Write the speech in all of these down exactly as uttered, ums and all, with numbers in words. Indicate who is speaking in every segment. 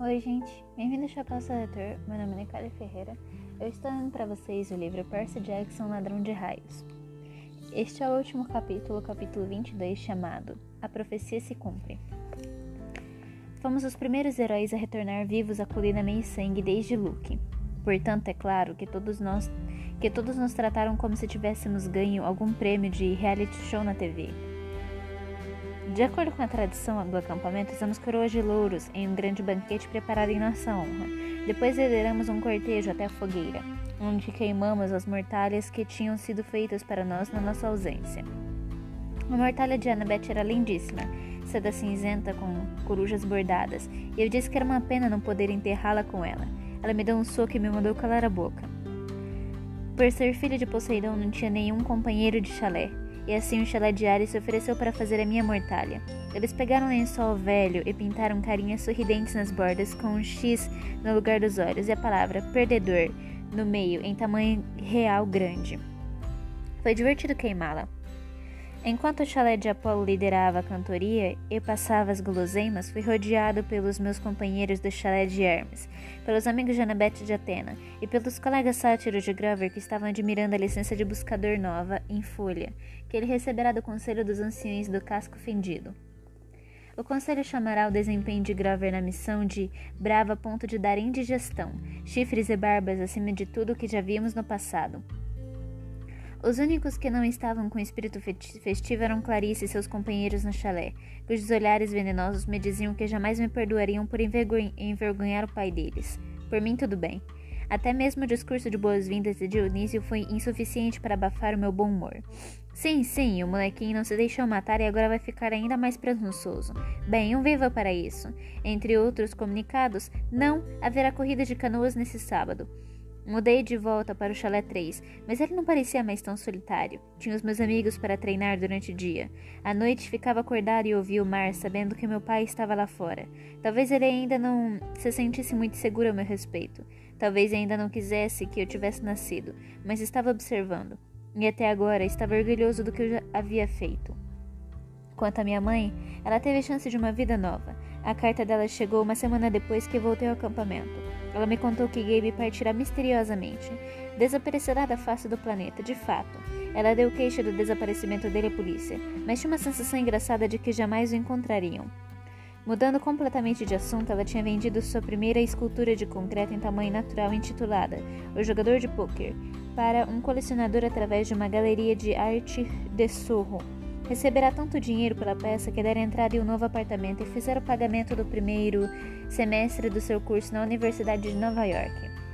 Speaker 1: Oi, gente. Bem-vindos ao Chapéu Seletor. Meu nome é Nicole Ferreira. Eu estou lendo para vocês o livro Percy Jackson, Ladrão de Raios. Este é o último capítulo, o capítulo vinte e dois, chamado A Profecia se Cumpre. Fomos os primeiros heróis a retornar vivos à colina meio-sangue desde Luke. Portanto, é claro que todos nós que todos nos trataram como se tivéssemos ganho algum prêmio de reality show na T V. De acordo com a tradição do acampamento, usamos coroas de louros em um grande banquete preparado em nossa honra. Depois lideramos um cortejo até a fogueira, onde queimamos as mortalhas que tinham sido feitas para nós na nossa ausência. A mortalha de Annabeth era lindíssima, seda cinzenta com corujas bordadas, e eu disse que era uma pena não poder enterrá-la com ela. Ela me deu um soco e me mandou calar a boca. Por ser filho de Poseidon, não tinha nenhum companheiro de chalé. E assim o chalé de Ares se ofereceu para fazer a minha mortalha. Eles pegaram um lençol velho e pintaram carinhas sorridentes nas bordas com um X no lugar dos olhos e a palavra perdedor no meio em tamanho real grande. Foi divertido queimá-la. Enquanto o chalé de Apolo liderava a cantoria e passava as guloseimas, fui rodeado pelos meus companheiros do chalé de Hermes, pelos amigos de Annabeth de Atena e pelos colegas sátiros de Grover que estavam admirando a licença de buscador nova, em folha, que ele receberá do conselho dos anciões do casco fendido. O conselho chamará o desempenho de Grover na missão de brava a ponto de dar indigestão, chifres e barbas acima de tudo o que já vimos no passado. Os únicos que não estavam com espírito festivo eram Clarice e seus companheiros no chalé, cujos olhares venenosos me diziam que jamais me perdoariam por envergonhar o pai deles. Por mim, tudo bem. Até mesmo o discurso de boas-vindas de Dionísio foi insuficiente para abafar o meu bom humor. Sim, sim, o molequinho não se deixou matar e agora vai ficar ainda mais presunçoso. Bem, um viva para isso. Entre outros comunicados, não haverá corrida de canoas nesse sábado. Mudei de volta para o chalé três, mas ele não parecia mais tão solitário. Tinha os meus amigos para treinar durante o dia. À noite ficava acordado e ouvia o mar, sabendo que meu pai estava lá fora. Talvez ele ainda não se sentisse muito seguro a meu respeito. Talvez ainda não quisesse que eu tivesse nascido, mas estava observando. E até agora estava orgulhoso do que eu já havia feito. Quanto à minha mãe, ela teve chance de uma vida nova. A carta dela chegou uma semana depois que voltei ao acampamento. Ela me contou que Gabe partirá misteriosamente. Desaparecerá da face do planeta, de fato. Ela deu queixa do desaparecimento dele à polícia, mas tinha uma sensação engraçada de que jamais o encontrariam. Mudando completamente de assunto, ela tinha vendido sua primeira escultura de concreto em tamanho natural intitulada O Jogador de Pôquer para um colecionador através de uma galeria de arte de Sorro. Receberá tanto dinheiro pela peça que dará entrada em um novo apartamento e fizer o pagamento do primeiro semestre do seu curso na Universidade de Nova York.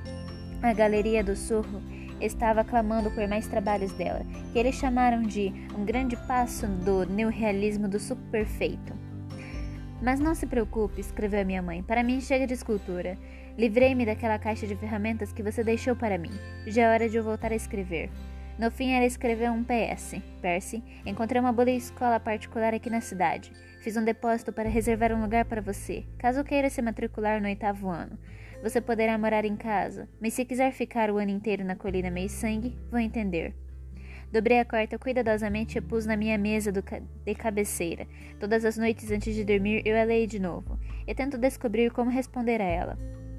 Speaker 1: A Galeria do Sorro estava clamando por mais trabalhos dela, que eles chamaram de um grande passo do neorrealismo do superfeito. Mas não se preocupe, escreveu a minha mãe, para mim chega de escultura. Livrei-me daquela caixa de ferramentas que você deixou para mim. Já é hora de eu voltar a escrever. No fim, ela escreveu um P S. Percy, encontrei uma boa escola particular aqui na cidade. Fiz um depósito para reservar um lugar para você, caso queira se matricular no oitavo ano. Você poderá morar em casa, mas se quiser ficar o ano inteiro na colina meio-sangue, vou entender. Dobrei a carta cuidadosamente e a pus na minha mesa do ca- de cabeceira. Todas as noites antes de dormir, eu a leio de novo, e tento descobrir como responder a ela.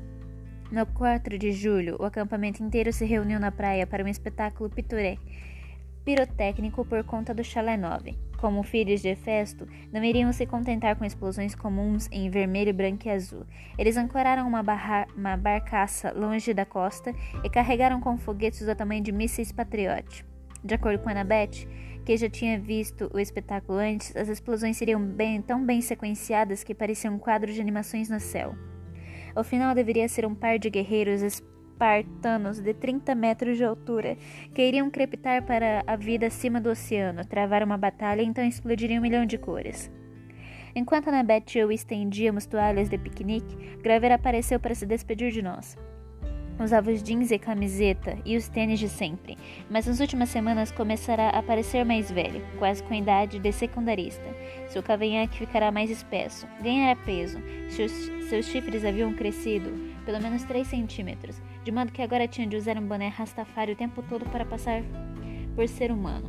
Speaker 1: No quatro de julho, o acampamento inteiro se reuniu na praia para um espetáculo pitoré, pirotécnico por conta do chalé nove. Como filhos de Hefesto, não iriam se contentar com explosões comuns em vermelho, branco e azul. Eles ancoraram uma, barra, uma barcaça longe da costa e carregaram com foguetes do tamanho de mísseis Patriot. De acordo com Annabeth, que já tinha visto o espetáculo antes, as explosões seriam bem, tão bem sequenciadas que pareciam um quadro de animações no céu. O final deveria ser um par de guerreiros espartanos de trinta metros de altura, que iriam crepitar para a vida acima do oceano, travar uma batalha e então explodir em um milhão de cores. Enquanto Annabeth e eu estendíamos toalhas de piquenique, Grover apareceu para se despedir de nós. Usava os jeans e camiseta e os tênis de sempre, mas nas últimas semanas começará a parecer mais velho, quase com a idade de secundarista. Seu cavanhaque ficará mais espesso, ganhará peso, seus, seus chifres haviam crescido pelo menos três centímetros, de modo que agora tinha de usar um boné Rastafari o tempo todo para passar por ser humano.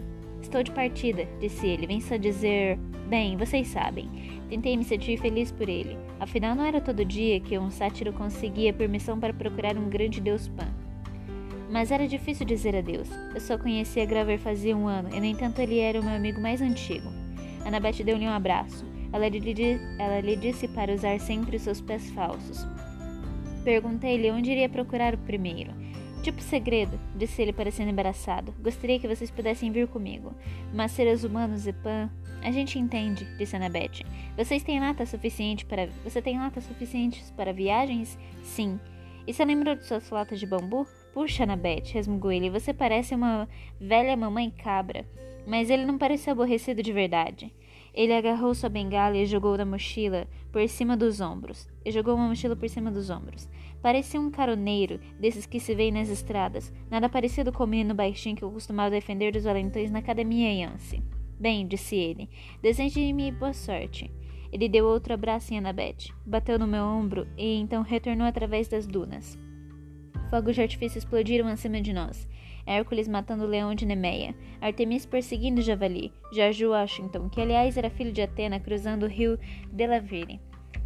Speaker 1: Estou de partida, disse ele. Vem só dizer... Bem, vocês sabem. Tentei me sentir feliz por ele. Afinal, não era todo dia que um sátiro conseguia permissão para procurar um grande deus Pan. Mas era difícil dizer adeus. Eu só conhecia Grover fazia um ano, e no entanto ele era o meu amigo mais antigo. Annabeth deu-lhe um abraço. Ela lhe, ela lhe disse para usar sempre os seus pés falsos. Perguntei-lhe onde iria procurar o primeiro. Tipo segredo, disse ele parecendo embaraçado. Gostaria que vocês pudessem vir comigo. Mas seres humanos e Pan... A gente entende, disse Annabeth. Vocês têm lata suficiente para... Você tem lata suficientes para viagens? Sim. E você lembrou de suas latas de bambu? Puxa, Annabeth, resmungou ele. Você parece uma velha mamãe cabra. Mas ele não pareceu aborrecido de verdade. Ele agarrou sua bengala e jogou na mochila por cima dos ombros. E jogou uma mochila por cima dos ombros. Parecia um caroneiro, desses que se vêem nas estradas. Nada parecido com o menino baixinho que eu costumava defender dos valentões na academia Yance. Bem, disse ele, deseje-me boa sorte. Ele deu outro abraço em Annabeth, bateu no meu ombro e então retornou através das dunas. Fogos de artifício explodiram acima de nós. Hércules matando o leão de Nemeia, Artemis perseguindo o javali, George Washington, que aliás era filho de Atena, cruzando o rio Delavere.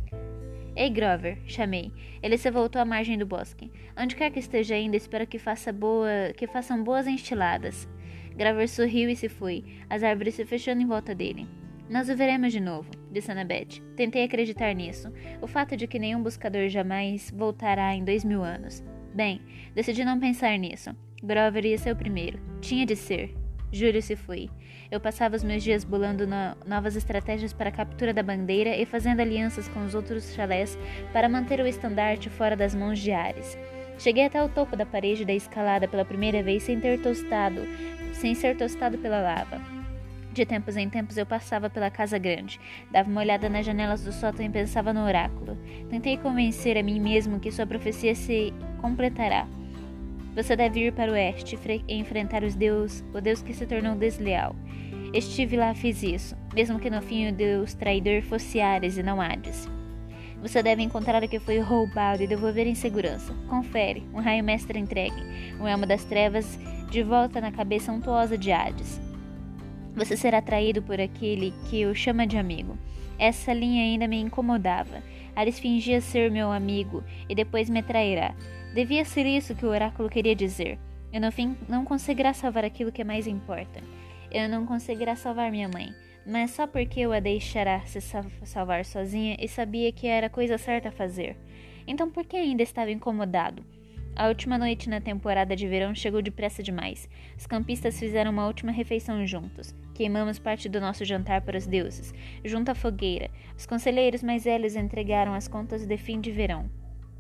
Speaker 1: Ei, Grover, chamei. Ele se voltou à margem do bosque. Onde quer que esteja ainda, espero que, faça boa... que façam boas enchiladas. Grover sorriu e se foi, as árvores se fechando em volta dele. Nós o veremos de novo, disse Annabeth. Tentei acreditar nisso. O fato de que nenhum buscador jamais voltará em dois mil anos. Bem, decidi não pensar nisso. Grover ia ser o primeiro. Tinha de ser. Júlio se foi. Eu passava os meus dias bolando no... novas estratégias para a captura da bandeira e fazendo alianças com os outros chalés para manter o estandarte fora das mãos de Ares. Cheguei até o topo da parede da escalada pela primeira vez sem ter tostado, sem ser tostado pela lava. De tempos em tempos eu passava pela casa grande, dava uma olhada nas janelas do sótão e pensava no oráculo. Tentei convencer a mim mesmo que sua profecia se completará. Você deve ir para o oeste e enfrentar os deus, o deus que se tornou desleal. Estive lá, fiz isso, mesmo que no fim o deus traidor fosse Ares e não Hades. Você deve encontrar o que foi roubado e devolver em segurança. Confere, um raio mestre entregue, um elmo das trevas de volta na cabeça untuosa de Hades. Você será traído por aquele que o chama de amigo. Essa linha ainda me incomodava. Ares fingia ser meu amigo e depois me trairá. Devia ser isso que o oráculo queria dizer. E no fim não conseguirá salvar aquilo que mais importa. Eu não conseguirá salvar minha mãe, mas só porque eu a deixará se salvar sozinha e sabia que era a coisa certa a fazer. Então por que ainda estava incomodado? A última noite na temporada de verão chegou depressa demais. Os campistas fizeram uma última refeição juntos. Queimamos parte do nosso jantar para os deuses, junto à fogueira. Os conselheiros mais velhos entregaram as contas de fim de verão.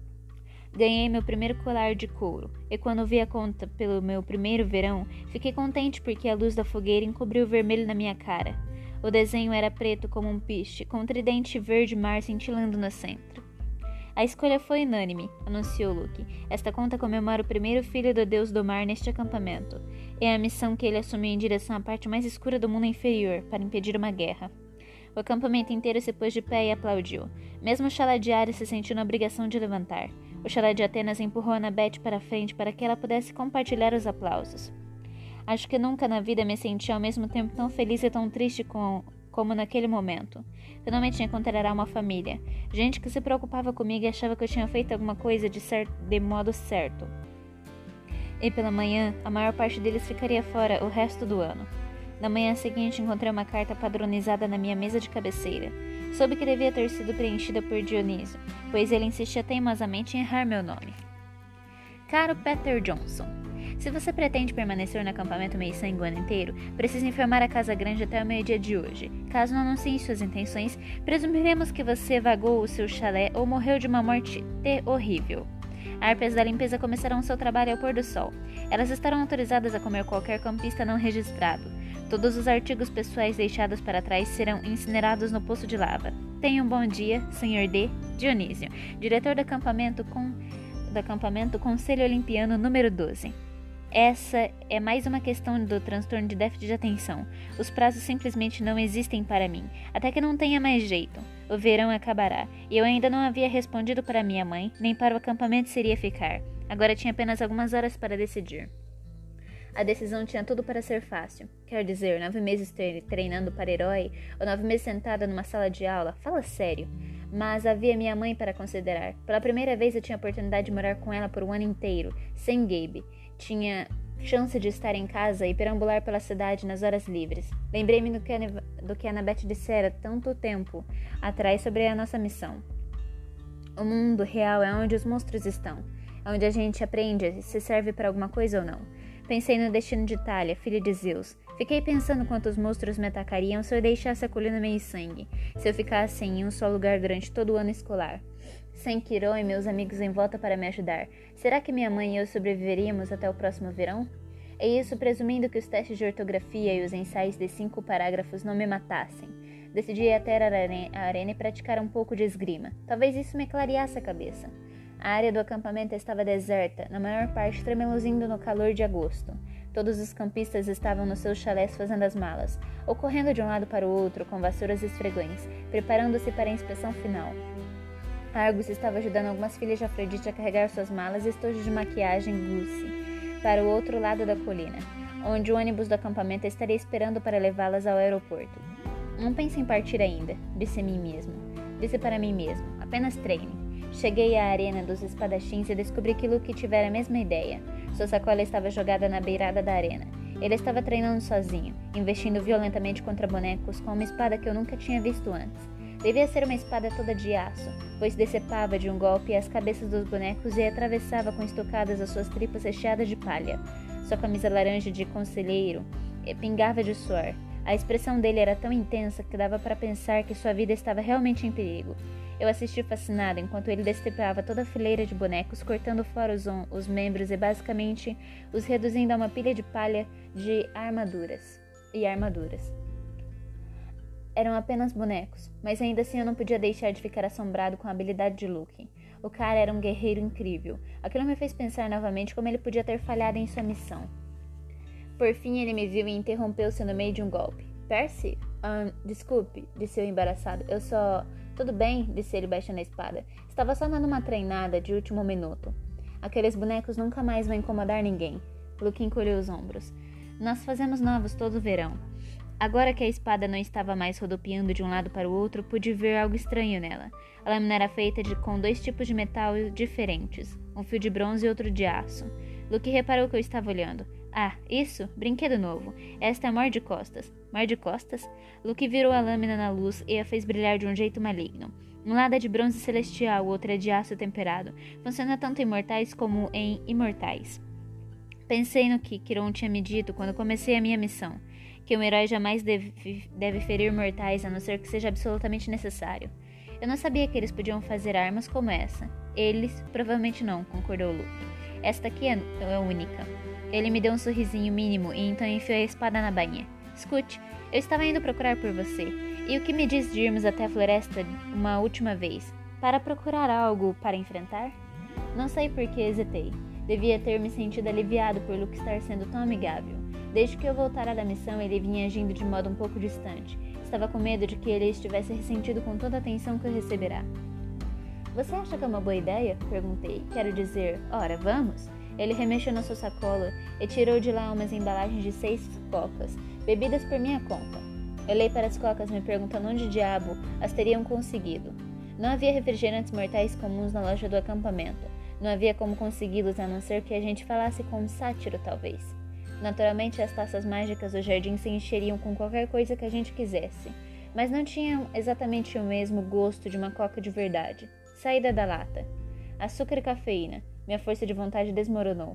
Speaker 1: Ganhei meu primeiro colar de couro, e quando vi a conta pelo meu primeiro verão, fiquei contente porque a luz da fogueira encobriu o vermelho na minha cara. O desenho era preto como um piche, com um tridente verde-mar cintilando no centro. A escolha foi unânime, anunciou Luke. Esta conta comemora o primeiro filho do deus do mar neste acampamento. É a missão que ele assumiu em direção à parte mais escura do mundo inferior, para impedir uma guerra. O acampamento inteiro se pôs de pé e aplaudiu. Mesmo o chalé de Ares se sentiu na obrigação de levantar. O chalé de Atenas empurrou Annabeth para a frente para que ela pudesse compartilhar os aplausos. Acho que nunca na vida me senti ao mesmo tempo tão feliz e tão triste com... como naquele momento. Finalmente encontrará uma família. Gente que se preocupava comigo e achava que eu tinha feito alguma coisa de, cer- de modo certo. E pela manhã, a maior parte deles ficaria fora o resto do ano. Na manhã seguinte, encontrei uma carta padronizada na minha mesa de cabeceira. Soube que devia ter sido preenchida por Dionísio, pois ele insistia teimosamente em errar meu nome. Caro Peter Johnson, se você pretende permanecer no acampamento meio-sangue o ano inteiro, precisa informar a Casa Grande até o meio-dia de hoje. Caso não anuncie suas intenções, presumiremos que você vagou o seu chalé ou morreu de uma morte horrível. Harpas da limpeza começarão seu trabalho ao pôr do sol. Elas estarão autorizadas a comer qualquer campista não registrado. Todos os artigos pessoais deixados para trás serão incinerados no poço de lava. Tenha um bom dia, senhor D. Dionísio, diretor do acampamento, com... do acampamento Conselho Olimpiano número doze. Essa é mais uma questão do transtorno de déficit de atenção. Os prazos simplesmente não existem para mim, até que não tenha mais jeito. O verão acabará, e eu ainda não havia respondido para minha mãe, nem para o acampamento se iria ficar. Agora tinha apenas algumas horas para decidir. A decisão tinha tudo para ser fácil. Quer dizer, nove meses treinando para herói, ou nove meses sentada numa sala de aula, fala sério. Mas havia minha mãe para considerar. Pela primeira vez eu tinha a oportunidade de morar com ela por um ano inteiro, sem Gabe. Tinha chance de estar em casa e perambular pela cidade nas horas livres. Lembrei-me do que a, do que a Annabeth dissera tanto tempo atrás sobre a nossa missão. O mundo real é onde os monstros estão. É onde a gente aprende se serve para alguma coisa ou não. Pensei no destino de Thalia, filha de Zeus. Fiquei pensando quantos monstros me atacariam se eu deixasse a colina meio sangue, se eu ficasse em um só lugar durante todo o ano escolar. Sem Quirón e meus amigos em volta para me ajudar, será que minha mãe e eu sobreviveríamos até o próximo verão? E isso presumindo que os testes de ortografia e os ensaios de cinco parágrafos não me matassem. Decidi ir até a arena e praticar um pouco de esgrima. Talvez isso me clareasse a cabeça. A área do acampamento estava deserta, na maior parte tremeluzindo no calor de agosto. Todos os campistas estavam nos seus chalés fazendo as malas, ou correndo de um lado para o outro com vassouras e esfregões, preparando-se para a inspeção final. Argus estava ajudando algumas filhas de Afrodite a carregar suas malas e estojos de maquiagem Lucy para o outro lado da colina, onde o ônibus do acampamento estaria esperando para levá-las ao aeroporto. Não pense em partir ainda, disse a mim mesmo. Disse para mim mesmo, apenas treine. Cheguei à arena dos espadachins e descobri que Luke tivera a mesma ideia. Sua sacola estava jogada na beirada da arena. Ele estava treinando sozinho, investindo violentamente contra bonecos com uma espada que eu nunca tinha visto antes. Devia ser uma espada toda de aço, pois decepava de um golpe as cabeças dos bonecos e atravessava com estocadas as suas tripas recheadas de palha. Sua camisa laranja de conselheiro pingava de suor. A expressão dele era tão intensa que dava para pensar que sua vida estava realmente em perigo. Eu assisti fascinado enquanto ele decepava toda a fileira de bonecos, cortando fora os, os membros e basicamente os reduzindo a uma pilha de palha de armaduras e armaduras. Eram apenas bonecos, mas ainda assim eu não podia deixar de ficar assombrado com a habilidade de Luke. O cara era um guerreiro incrível. Aquilo me fez pensar novamente como ele podia ter falhado em sua missão. Por fim, ele me viu e interrompeu-se no meio de um golpe. Percy? Um, desculpe, disse eu embaraçado. Eu só... Tudo bem, disse ele baixando a espada. Estava só dando uma treinada de último minuto. Aqueles bonecos nunca mais vão incomodar ninguém. Luke encolheu os ombros. Nós fazemos novos todo verão. Agora que a espada não estava mais rodopiando de um lado para o outro, pude ver algo estranho nela. A lâmina era feita de, com dois tipos de metal diferentes, um fio de bronze e outro de aço. Luke reparou que eu estava olhando. Ah, isso? Brinquedo novo. Esta é a Mar de Costas. Mar de Costas? Luke virou a lâmina na luz e a fez brilhar de um jeito maligno. Um lado é de bronze celestial, o outro é de aço temperado. Funciona tanto em mortais como em imortais. Pensei no que Quirón tinha me dito quando comecei a minha missão. Que um herói jamais deve, deve ferir mortais a não ser que seja absolutamente necessário. Eu não sabia que eles podiam fazer armas como essa. Eles, provavelmente não, concordou Luke. Esta aqui é, é única. Ele me deu um sorrisinho mínimo e então enfiou a espada na bainha. Escute, eu estava indo procurar por você. E o que me diz de irmos até a floresta uma última vez? Para procurar algo para enfrentar? Não sei por que hesitei. Devia ter me sentido aliviado por Luke estar sendo tão amigável. Desde que eu voltara da missão, ele vinha agindo de modo um pouco distante. Estava com medo de que ele estivesse ressentido com toda a atenção que eu receberá. Você acha que é uma boa ideia? Perguntei. Quero dizer, ora, vamos? Ele remexeu na sua sacola e tirou de lá umas embalagens de seis cocas, bebidas por minha conta. Olhei para as cocas me perguntando onde diabo as teriam conseguido. Não havia refrigerantes mortais comuns na loja do acampamento. Não havia como consegui-los a não ser que a gente falasse com um sátiro, talvez. Naturalmente, as taças mágicas do jardim se encheriam com qualquer coisa que a gente quisesse, mas não tinham exatamente o mesmo gosto de uma coca de verdade. Saída da lata. Açúcar e cafeína. Minha força de vontade desmoronou.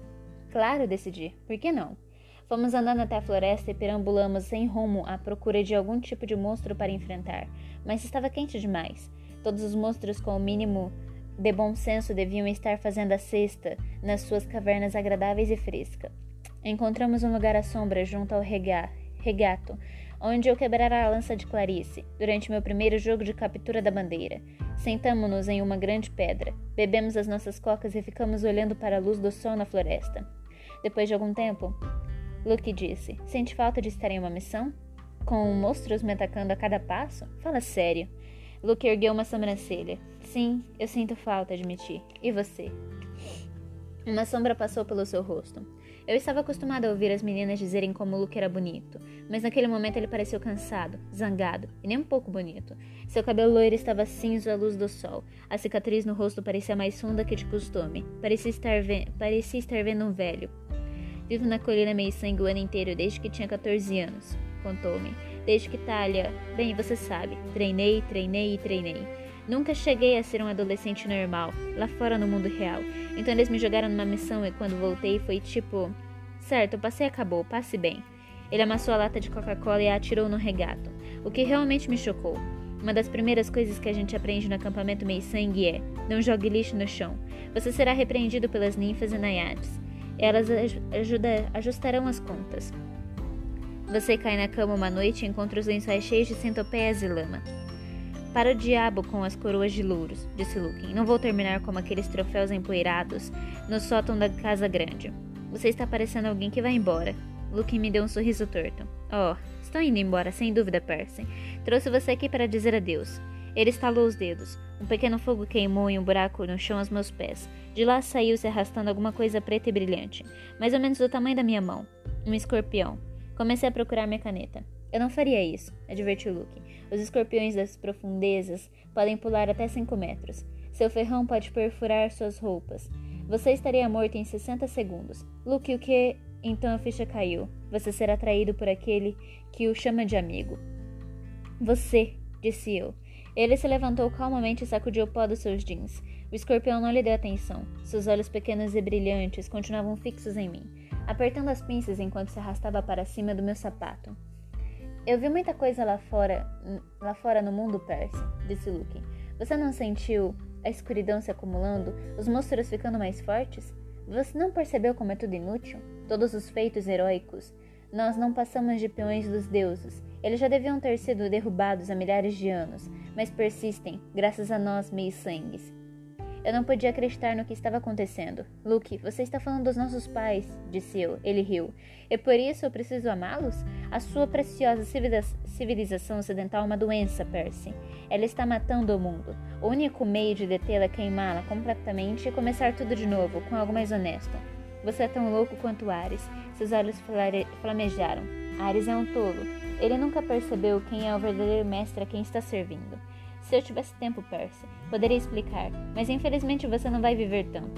Speaker 1: Claro, decidi. Por que não? Fomos andando até a floresta e perambulamos sem rumo à procura de algum tipo de monstro para enfrentar, mas estava quente demais. Todos os monstros com o mínimo de bom senso deviam estar fazendo a cesta nas suas cavernas agradáveis e frescas. Encontramos um lugar à sombra junto ao rega- regato, onde eu quebrara a lança de Clarice, durante meu primeiro jogo de captura da bandeira. Sentamo-nos em uma grande pedra, bebemos as nossas cocas e ficamos olhando para a luz do sol na floresta. Depois de algum tempo, Luke disse, sente falta de estar em uma missão? Com monstros me atacando a cada passo? Fala sério. Luke ergueu uma sobrancelha. Sim, eu sinto falta, admiti. E você? Uma sombra passou pelo seu rosto. Eu estava acostumada a ouvir as meninas dizerem como Luke era bonito, mas naquele momento ele pareceu cansado, zangado e nem um pouco bonito. Seu cabelo loiro estava cinza à luz do sol. A cicatriz no rosto parecia mais funda que de costume. Parecia estar, ve- parecia estar vendo um velho. Vivo na colina meio-sangue o ano inteiro desde que tinha quatorze anos, contou-me. Desde que Talia... Bem, você sabe, treinei, treinei e treinei. Nunca cheguei a ser um adolescente normal, lá fora no mundo real. Então eles me jogaram numa missão e quando voltei foi tipo... Certo, o passeio acabou, passe bem. Ele amassou a lata de Coca-Cola e a atirou no regato. O que realmente me chocou. Uma das primeiras coisas que a gente aprende no acampamento meio-sangue é: não jogue lixo no chão. Você será repreendido pelas ninfas e naiades. Elas ajuda, ajustarão as contas. Você cai na cama uma noite e encontra os lençóis cheios de centopeias e lama. Para o diabo com as coroas de louros, disse Luke. Não vou terminar como aqueles troféus empoeirados no sótão da casa grande. Você está parecendo alguém que vai embora. Luke me deu um sorriso torto. Oh, estou indo embora, sem dúvida, Percy. Trouxe você aqui para dizer adeus. Ele estalou os dedos. Um pequeno fogo queimou em um buraco no chão aos meus pés. De lá saiu se arrastando alguma coisa preta e brilhante, mais ou menos do tamanho da minha mão. Um escorpião. Comecei a procurar minha caneta. Eu não faria isso, advertiu Luke. Os escorpiões das profundezas podem pular até cinco metros. Seu ferrão pode perfurar suas roupas. Você estaria morto em sessenta segundos. Luke, o que... Então a ficha caiu. Você será traído por aquele que o chama de amigo. Você, disse eu. Ele se levantou calmamente e sacudiu o pó dos seus jeans. O escorpião não lhe deu atenção. Seus olhos pequenos e brilhantes continuavam fixos em mim, apertando as pinças enquanto se arrastava para cima do meu sapato. Eu vi muita coisa lá fora, lá fora no mundo, Percy, disse Luke. Você não sentiu a escuridão se acumulando, os monstros ficando mais fortes? Você não percebeu como é tudo inútil? Todos os feitos heróicos. Nós não passamos de peões dos deuses. Eles já deviam ter sido derrubados há milhares de anos, mas persistem, graças a nós meio-sangues. Eu não podia acreditar no que estava acontecendo. Luke, você está falando dos nossos pais, disse eu. Ele riu. E por isso eu preciso amá-los? A sua preciosa civilização ocidental é uma doença, Percy. Ela está matando o mundo. O único meio de detê-la é queimá-la completamente e começar tudo de novo, com algo mais honesto. Você é tão louco quanto Ares. Seus olhos flamejaram. Ares é um tolo. Ele nunca percebeu quem é o verdadeiro mestre a quem está servindo. Se eu tivesse tempo, Percy, poderia explicar, mas infelizmente você não vai viver tanto.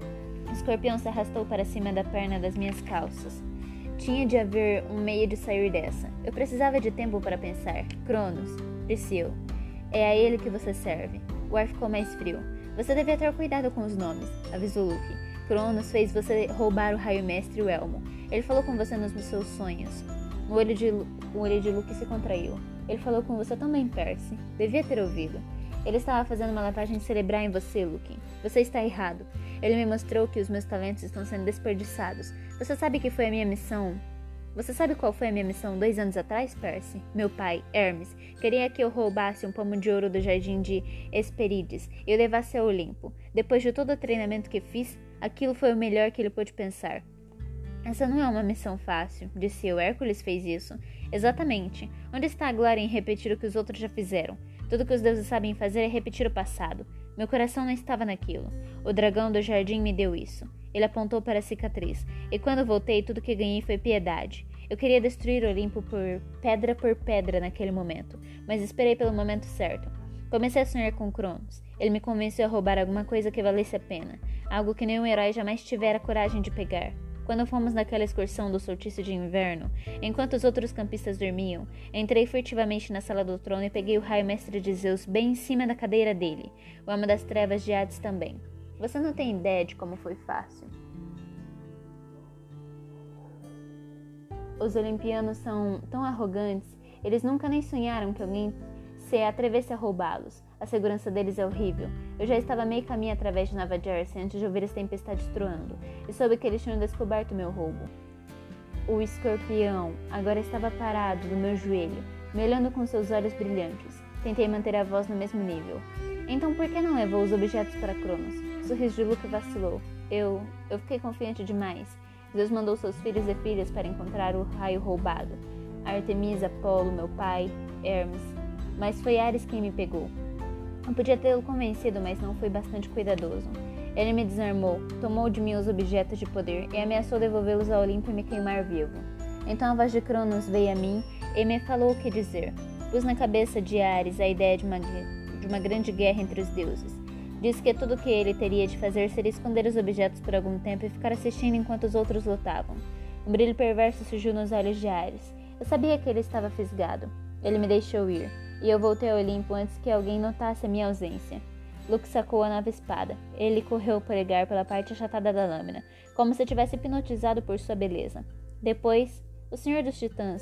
Speaker 1: O escorpião se arrastou para cima da perna das minhas calças. Tinha de haver um meio de sair dessa. Eu precisava de tempo para pensar. Cronos, disse eu. É a ele que você serve. O ar ficou mais frio. Você devia ter cuidado com os nomes, avisou Luke. Cronos fez você roubar o raio mestre e o elmo. Ele falou com você nos seus sonhos. O olho de, o olho de Luke se contraiu. Ele falou com você também, Percy. Devia ter ouvido. Ele estava fazendo uma lavagem cerebral em você, Luke. Você está errado. Ele me mostrou que os meus talentos estão sendo desperdiçados. Você sabe que foi a minha missão... Você sabe qual foi a minha missão dois anos atrás, Percy? Meu pai, Hermes, queria que eu roubasse um pomo de ouro do jardim de Hesperides e o levasse ao Olimpo. Depois de todo o treinamento que fiz, aquilo foi o melhor que ele pôde pensar. Essa não é uma missão fácil, disse eu. Hércules fez isso. Exatamente. Onde está a glória em repetir o que os outros já fizeram? Tudo que os deuses sabem fazer é repetir o passado. Meu coração não estava naquilo. O dragão do jardim me deu isso. Ele apontou para a cicatriz. E quando voltei, tudo que ganhei foi piedade. Eu queria destruir o Olimpo por pedra por pedra naquele momento, mas esperei pelo momento certo. Comecei a sonhar com Cronos. Ele me convenceu a roubar alguma coisa que valesse a pena. Algo que nenhum herói jamais tivera coragem de pegar. Quando fomos naquela excursão do solstício de inverno, enquanto os outros campistas dormiam, entrei furtivamente na sala do trono e peguei o raio mestre de Zeus bem em cima da cadeira dele, o amo das trevas de Hades também. Você não tem ideia de como foi fácil. Os olimpianos são tão arrogantes, eles nunca nem sonharam que alguém se atrevesse a roubá-los. A segurança deles é horrível. Eu já estava meio caminho através de Nova Jersey antes de ouvir as tempestades troando, e soube que eles tinham descoberto meu roubo. O escorpião agora estava parado no meu joelho, me olhando com seus olhos brilhantes. Tentei manter a voz no mesmo nível. Então por que não levou os objetos para Cronos? O sorriso de Luke vacilou. Eu... eu fiquei confiante demais. Deus mandou seus filhos e filhas para encontrar o raio roubado. Artemisa, Apolo, meu pai, Hermes. Mas foi Ares quem me pegou. Eu podia tê-lo convencido, mas não fui bastante cuidadoso. Ele me desarmou, tomou de mim os objetos de poder e ameaçou devolvê-los ao Olimpo e me queimar vivo. Então a voz de Cronos veio a mim e me falou o que dizer. Pus na cabeça de Ares a ideia de uma, de uma grande guerra entre os deuses. Disse que tudo o que ele teria de fazer seria esconder os objetos por algum tempo e ficar assistindo enquanto os outros lutavam. Um brilho perverso surgiu nos olhos de Ares. Eu sabia que ele estava fisgado. Ele me deixou ir, e eu voltei ao Olimpo antes que alguém notasse a minha ausência. Luke sacou a nova espada. Ele correu o polegar pela parte achatada da lâmina, como se tivesse hipnotizado por sua beleza. Depois, o Senhor dos Titãs,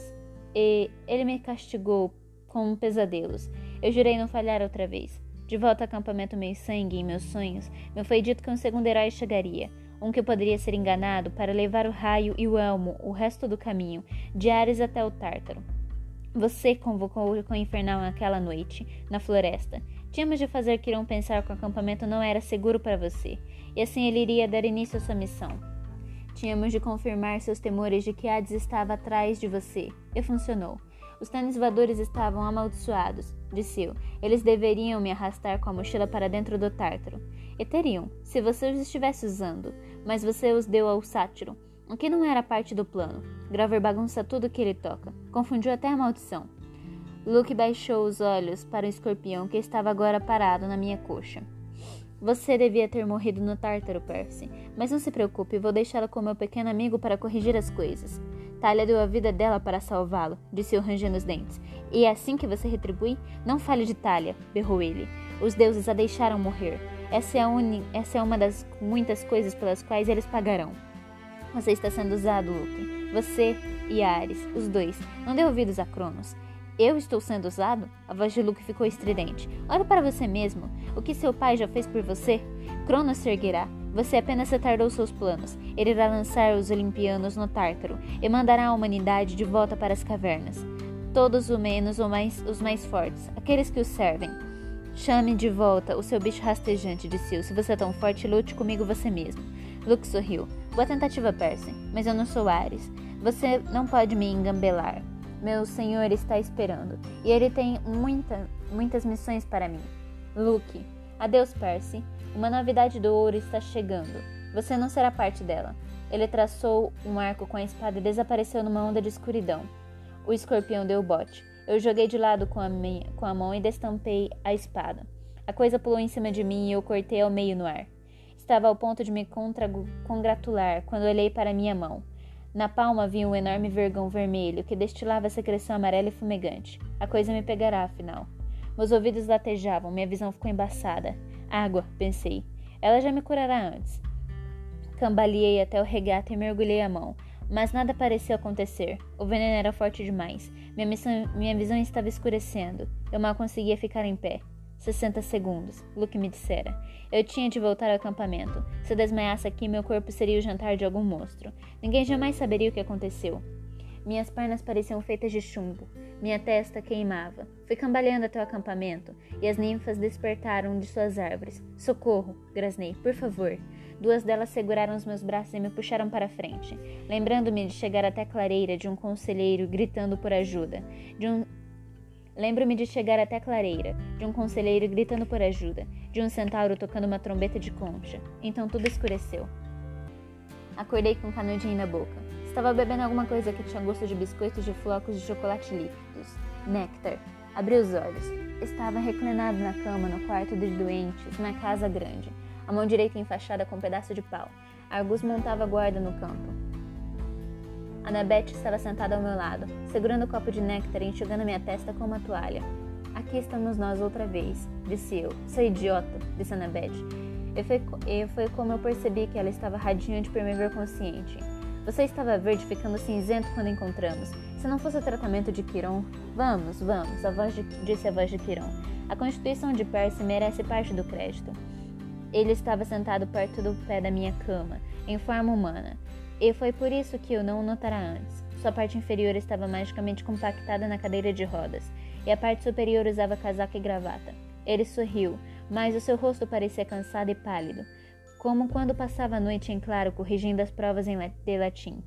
Speaker 1: e ele me castigou com pesadelos. Eu jurei não falhar outra vez. De volta ao acampamento meio-sangue em meus sonhos, me foi dito que um segundo herói chegaria, um que poderia ser enganado para levar o raio e o elmo o resto do caminho, de Ares até o Tártaro. Você convocou o infernal naquela noite, na floresta. Tínhamos de fazer Quirón pensar que o acampamento não era seguro para você, e assim ele iria dar início à sua missão. Tínhamos de confirmar seus temores de que Hades estava atrás de você, e funcionou. Os tênis voadores estavam amaldiçoados, disse eu. Eles deveriam me arrastar com a mochila para dentro do Tártaro. E teriam, se você os estivesse usando, mas você os deu ao Sátiro, o que não era parte do plano. Grover bagunça tudo que ele toca. Confundiu até a maldição. Luke baixou os olhos para o escorpião que estava agora parado na minha coxa. Você devia ter morrido no Tártaro, Percy. Mas não se preocupe, vou deixá-la com meu pequeno amigo para corrigir as coisas. Talia deu a vida dela para salvá-lo, disse eu rangendo os dentes. E é assim que você retribui? Não fale de Talia, berrou ele. Os deuses a deixaram morrer. Essa é, a uni... Essa é uma das muitas coisas pelas quais eles pagarão. Você está sendo usado, Luke. Você e Ares, os dois. Não dê ouvidos a Cronos. Eu estou sendo usado? A voz de Luke ficou estridente. Olhe para você mesmo. O que seu pai já fez por você? Cronos se erguerá. Você apenas retardou seus planos. Ele irá lançar os Olimpianos no Tártaro e mandará a humanidade de volta para as cavernas. Todos os menos ou mais, os mais fortes, aqueles que os servem. Chame de volta o seu bicho rastejante, disse eu. Se você é tão forte, lute comigo você mesmo. Luke sorriu. Boa tentativa, Percy, mas eu não sou Ares. Você não pode me engambelar. Meu senhor está esperando, e ele tem muita, muitas missões para mim. Luke. Adeus, Percy. Uma novidade do ouro está chegando. Você não será parte dela. Ele traçou um arco com a espada e desapareceu numa onda de escuridão. O escorpião deu bote. Eu joguei de lado com a, minha, com a mão e destampei a espada. A coisa pulou em cima de mim e eu cortei ao meio no ar. Estava ao ponto de me contra- congratular quando olhei para minha mão. Na palma havia um enorme vergão vermelho que destilava secreção amarela e fumegante. A coisa me pegará, afinal. Meus ouvidos latejavam, minha visão ficou embaçada. Água, pensei. Ela já me curará antes. Cambaleei até o regato e mergulhei a mão, mas nada pareceu acontecer. O veneno era forte demais. Minha, missão, minha visão estava escurecendo. Eu mal conseguia ficar em pé. sessenta segundos, Luke me dissera. Eu tinha de voltar ao acampamento. Se eu desmaiasse aqui, meu corpo seria o jantar de algum monstro. Ninguém jamais saberia o que aconteceu. Minhas pernas pareciam feitas de chumbo. Minha testa queimava. Fui cambaleando até o acampamento, e as ninfas despertaram de suas árvores. Socorro! Grasnei. Por favor. Duas delas seguraram os meus braços e me puxaram para frente, lembrando-me de chegar até a clareira de um conselheiro gritando por ajuda. De um... Lembro-me de chegar até a clareira, de um conselheiro gritando por ajuda, de um centauro tocando uma trombeta de concha. Então tudo escureceu. Acordei com um canudinho na boca. Estava bebendo alguma coisa que tinha gosto de biscoitos de flocos de chocolate líquidos. Néctar. Abri os olhos. Estava reclinado na cama no quarto de doentes, na casa grande. A mão direita enfaixada com um pedaço de pau. Argus montava guarda no campo. Annabeth estava sentada ao meu lado, segurando o copo de néctar e enxugando minha testa com uma toalha. Aqui estamos nós outra vez, disse eu. Sou idiota, disse Annabeth. E foi, e foi como eu percebi que ela estava radiante por me ver consciente. Você estava verde ficando cinzento quando encontramos. Se não fosse o tratamento de Quirón... Vamos, vamos, a voz de, disse a voz de Quirón. A constituição de Percy merece parte do crédito. Ele estava sentado perto do pé da minha cama, em forma humana. E foi por isso que eu não o notara antes. Sua parte inferior estava magicamente compactada na cadeira de rodas, e a parte superior usava casaco e gravata. Ele sorriu, mas o seu rosto parecia cansado e pálido, como quando passava a noite em claro corrigindo as provas em de latim.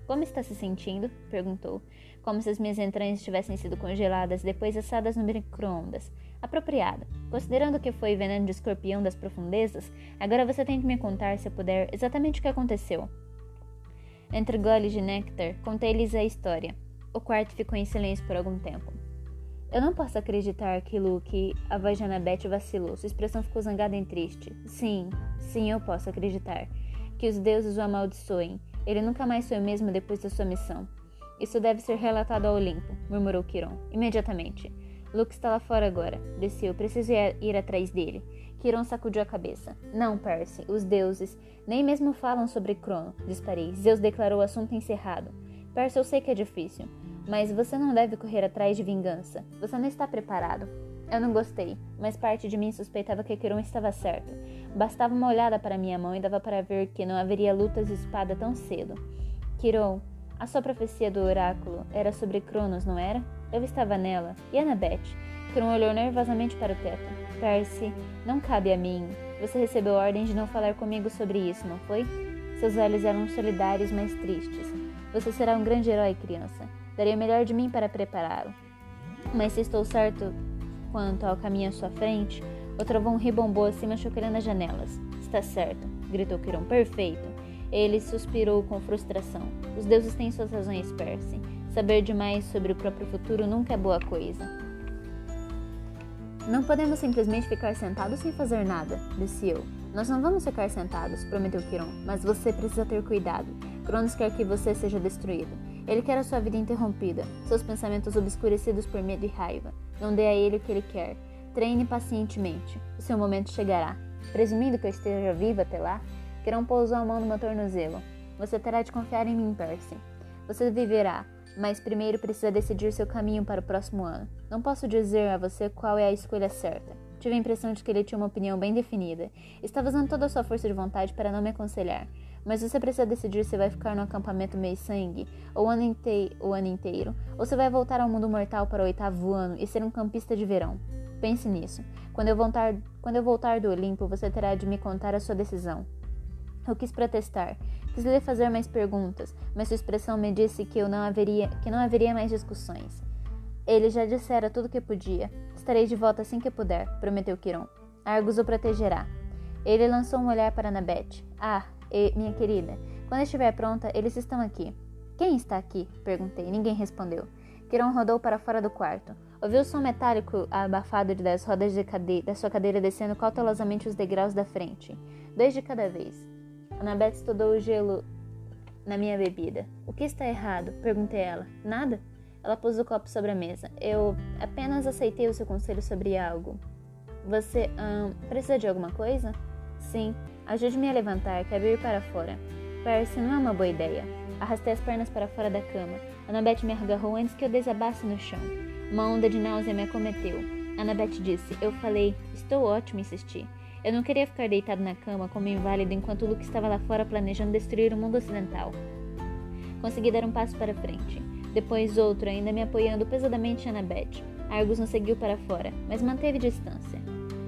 Speaker 1: Como está se sentindo? Perguntou, como se as minhas entranhas tivessem sido congeladas depois assadas no micro-ondas. Apropriada. Considerando que foi veneno de escorpião das profundezas, agora você tem que me contar, se puder, exatamente o que aconteceu. Entre goles de néctar, contei-lhes a história. O quarto ficou em silêncio por algum tempo. Eu não posso acreditar que Luke... A voz de Annabeth vacilou. Sua expressão ficou zangada e triste. Sim, sim, eu posso acreditar. Que os deuses o amaldiçoem. Ele nunca mais foi o mesmo depois da sua missão. Isso deve ser relatado ao Olimpo, murmurou Quiron. Imediatamente. Luke está lá fora agora. Disse eu. Preciso ir, ir atrás dele. Quiron sacudiu a cabeça. Não, Percy. Os deuses nem mesmo falam sobre Crono. Disparei. Zeus declarou o assunto encerrado. Percy, eu sei que é difícil. Mas você não deve correr atrás de vingança. Você não está preparado. Eu não gostei, mas parte de mim suspeitava que Quiron estava certo. Bastava uma olhada para minha mão e dava para ver que não haveria lutas de espada tão cedo. Quiron, a sua profecia do oráculo era sobre Cronos, não era? Eu estava nela. E Annabeth? Quiron olhou nervosamente para o teto. Percy, não cabe a mim. Você recebeu ordem de não falar comigo sobre isso, não foi? Seus olhos eram solidários, mas tristes. Você será um grande herói, criança. Darei o melhor de mim para prepará-lo. Mas se estou certo quanto ao caminho à sua frente, o trovão ribombou acima, chocolhando as janelas. Está certo, gritou Quiron. Perfeito. Ele suspirou com frustração. Os deuses têm suas razões, Percy. Saber demais sobre o próprio futuro nunca é boa coisa. Não podemos simplesmente ficar sentados sem fazer nada, disse eu. Nós não vamos ficar sentados, prometeu Quiron, mas você precisa ter cuidado. Cronos quer que você seja destruído. Ele quer a sua vida interrompida, seus pensamentos obscurecidos por medo e raiva. Não dê a ele o que ele quer. Treine pacientemente. O seu momento chegará. Presumindo que eu esteja viva até lá, Quiron pousou a mão no meu tornozelo. Você terá de confiar em mim, Percy. Você viverá, mas primeiro precisa decidir seu caminho para o próximo ano. Não posso dizer a você qual é a escolha certa. Tive a impressão de que ele tinha uma opinião bem definida. Estava usando toda a sua força de vontade para não me aconselhar. Mas você precisa decidir se vai ficar no acampamento meio-sangue o ano, inte- o ano inteiro, ou se vai voltar ao mundo mortal para o oitavo ano e ser um campista de verão. Pense nisso. Quando eu voltar, quando eu voltar do Olimpo, você terá de me contar a sua decisão. Eu quis protestar. Quis lhe fazer mais perguntas, mas sua expressão me disse que, eu não haveria, que não haveria mais discussões. Ele já dissera tudo o que podia. Estarei de volta assim que puder, prometeu Quiron. Argus o protegerá. Ele lançou um olhar para Annabeth. Ah, e, minha querida, quando estiver pronta, eles estão aqui. Quem está aqui? Perguntei. Ninguém respondeu. Quiron rodou para fora do quarto. Ouviu o som metálico abafado das rodas de cade- da sua cadeira descendo cautelosamente os degraus da frente. Dois de cada vez. Annabeth estudou o gelo na minha bebida. O que está errado? Perguntei ela. Nada? Ela pôs o copo sobre a mesa. Eu apenas aceitei o seu conselho sobre algo. Você, hum, precisa de alguma coisa? Sim. Ajude-me a levantar, quero ir para fora. Percy, não é uma boa ideia. Arrastei as pernas para fora da cama. Annabeth me agarrou antes que eu desabasse no chão. Uma onda de náusea me acometeu. Annabeth disse. Eu falei. Estou ótimo, insisti. Eu não queria ficar deitado na cama como inválido enquanto Luke estava lá fora planejando destruir o mundo ocidental. Consegui dar um passo para frente. Depois outro, ainda me apoiando pesadamente em Annabeth. Argus nos seguiu para fora, mas manteve distância.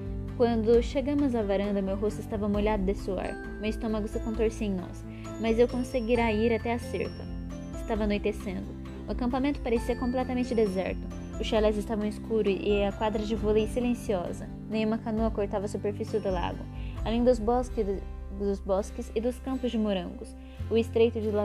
Speaker 1: Quando chegamos à varanda, meu rosto estava molhado de suor. Meu estômago se contorcia em nós, mas eu conseguirá ir até a cerca. Estava anoitecendo. O acampamento parecia completamente deserto. Os chalés estavam escuros e a quadra de vôlei silenciosa. Nenhuma canoa cortava a superfície do lago. Além dos bosques, dos bosques e dos campos de morangos, o estreito de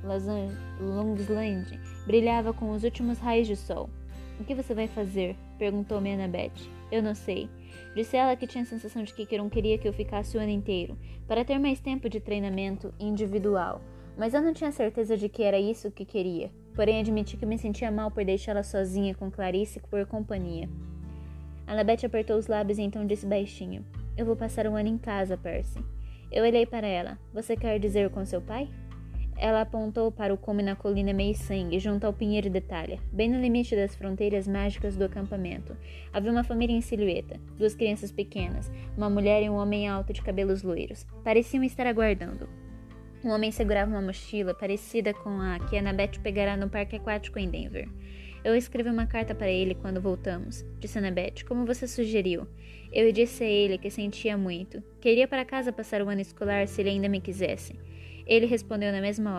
Speaker 1: Longsland brilhava com os últimos raios de sol. O que você vai fazer? Perguntou-me Annabeth. Eu não sei. Disse ela que tinha a sensação de que Quiron queria que eu ficasse o ano inteiro, para ter mais tempo de treinamento individual. Mas eu não tinha certeza de que era isso que queria. Porém, admiti que me sentia mal por deixá-la sozinha com Clarice por companhia. Annabeth apertou os lábios e então disse baixinho. Eu vou passar um ano em casa, Percy. Eu olhei para ela. Você quer dizer com seu pai? Ela apontou para o cume na colina meio-sangue, junto ao pinheiro de talha, bem no limite das fronteiras mágicas do acampamento. Havia uma família em silhueta, duas crianças pequenas, uma mulher e um homem alto de cabelos loiros. Pareciam estar aguardando. Um homem segurava uma mochila parecida com a que Annabeth pegará no parque aquático em Denver. Eu escrevi uma carta para ele quando voltamos, disse Annabeth, como você sugeriu. Eu disse a ele que sentia muito, que iria para casa passar o ano escolar se ele ainda me quisesse. Ele respondeu na mesma hora.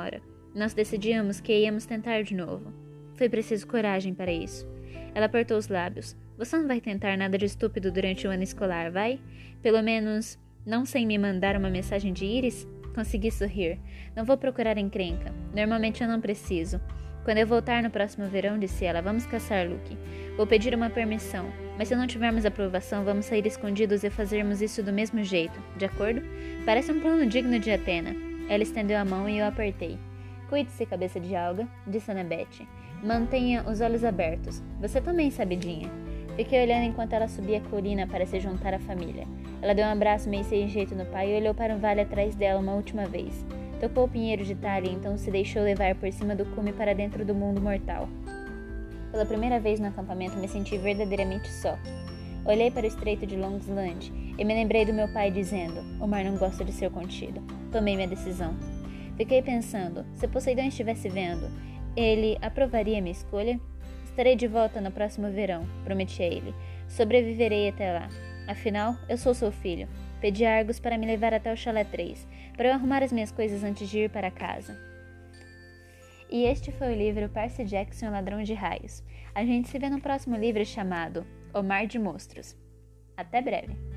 Speaker 1: Nós decidimos que íamos tentar de novo. Foi preciso coragem para isso. Ela apertou os lábios. Você não vai tentar nada de estúpido durante o ano escolar, vai? Pelo menos, não sem me mandar uma mensagem de íris? Consegui sorrir. Não vou procurar encrenca. Normalmente eu não preciso. Quando eu voltar no próximo verão, disse ela, vamos caçar Luke. Vou pedir uma permissão, mas se não tivermos aprovação, vamos sair escondidos e fazermos isso do mesmo jeito, de acordo? Parece um plano digno de Atena. Ela estendeu a mão e eu apertei. Cuide-se, cabeça de alga, disse Annabeth. Mantenha os olhos abertos. Você também, sabidinha. Fiquei olhando enquanto ela subia a colina para se juntar à família. Ela deu um abraço meio sem jeito no pai e olhou para o vale atrás dela uma última vez. Tocou o pinheiro de talha e então se deixou levar por cima do cume para dentro do mundo mortal. Pela primeira vez no acampamento me senti verdadeiramente só. Olhei para o estreito de Long Island e me lembrei do meu pai dizendo, o mar não gosta de ser contido. Tomei minha decisão. Fiquei pensando, se Poseidon estivesse vendo, ele aprovaria minha escolha? Estarei de volta no próximo verão, prometi a ele. Sobreviverei até lá. Afinal, eu sou seu filho. Pedi a Argos para me levar até o Chalé três, para eu arrumar as minhas coisas antes de ir para casa. E este foi o livro Percy Jackson e o Ladrão de Raios. A gente se vê no próximo livro chamado O Mar de Monstros. Até breve!